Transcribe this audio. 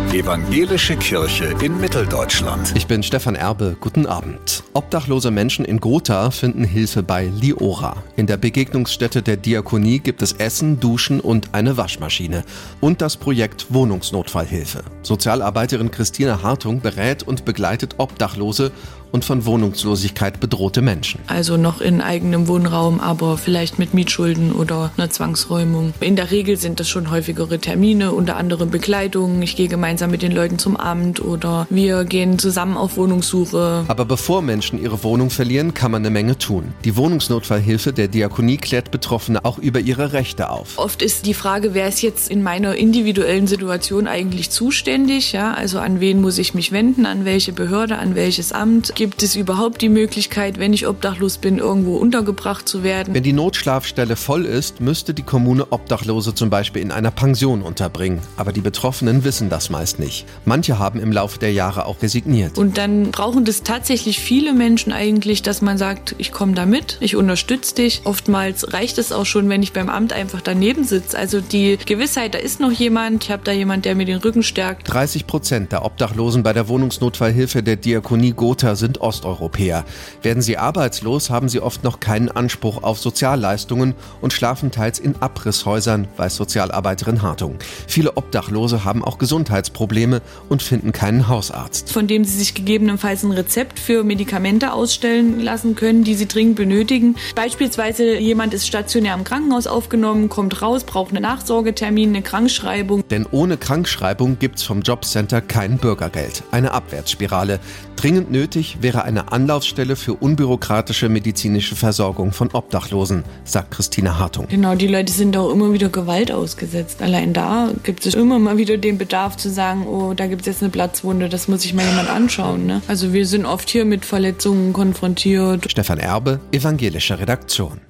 Evangelische Kirche in Mitteldeutschland. Ich bin Stefan Erbe, guten Abend. Obdachlose Menschen in Gotha finden Hilfe bei Liora. In der Begegnungsstätte der Diakonie gibt es Essen, Duschen und eine Waschmaschine. Und das Projekt Wohnungsnotfallhilfe. Sozialarbeiterin Christina Hartung berät und begleitet Obdachlose und von Wohnungslosigkeit bedrohte Menschen. Also noch in eigenem Wohnraum, aber vielleicht mit Mietschulden oder einer Zwangsräumung. In der Regel sind das schon häufigere Termine, unter anderem Bekleidung. Ich gehe gemeinsam mit den Leuten zum Amt oder wir gehen zusammen auf Wohnungssuche. Aber bevor Menschen ihre Wohnung verlieren, kann man eine Menge tun. Die Wohnungsnotfallhilfe der Diakonie klärt Betroffene auch über ihre Rechte auf. Oft ist die Frage, wer ist jetzt in meiner individuellen Situation eigentlich zuständig? Ja, also an wen muss ich mich wenden, an welche Behörde, an welches Amt? Gibt es überhaupt die Möglichkeit, wenn ich obdachlos bin, irgendwo untergebracht zu werden? Wenn die Notschlafstelle voll ist, müsste die Kommune Obdachlose zum Beispiel in einer Pension unterbringen. Aber die Betroffenen wissen das meist nicht. Manche haben im Laufe der Jahre auch resigniert. Und dann brauchen das tatsächlich viele Menschen eigentlich, dass man sagt, ich komme da mit, ich unterstütze dich. Oftmals reicht es auch schon, wenn ich beim Amt einfach daneben sitze. Also die Gewissheit, da ist noch jemand, ich habe da jemand, der mir den Rücken stärkt. 30% der Obdachlosen bei der Wohnungsnotfallhilfe der Diakonie Gotha sind Osteuropäer. Werden sie arbeitslos, haben sie oft noch keinen Anspruch auf Sozialleistungen und schlafen teils in Abrisshäusern, weiß Sozialarbeiterin Hartung. Viele Obdachlose haben auch Gesundheitsprobleme und finden keinen Hausarzt. Von dem sie sich gegebenenfalls ein Rezept für Medikamente ausstellen lassen können, die sie dringend benötigen. Beispielsweise jemand ist stationär im Krankenhaus aufgenommen, kommt raus, braucht einen Nachsorgetermin, eine Krankschreibung. Denn ohne Krankschreibung gibt's vom Jobcenter kein Bürgergeld. Eine Abwärtsspirale. Dringend nötig wäre eine Anlaufstelle für unbürokratische medizinische Versorgung von Obdachlosen, sagt Christina Hartung. Genau, die Leute sind auch immer wieder Gewalt ausgesetzt. Allein da gibt es immer mal wieder den Bedarf zu sagen, oh, da gibt es jetzt eine Platzwunde, das muss sich mal jemand anschauen. Ne? Also wir sind oft hier mit Verletzungen konfrontiert. Stefan Erbe, evangelische Redaktion.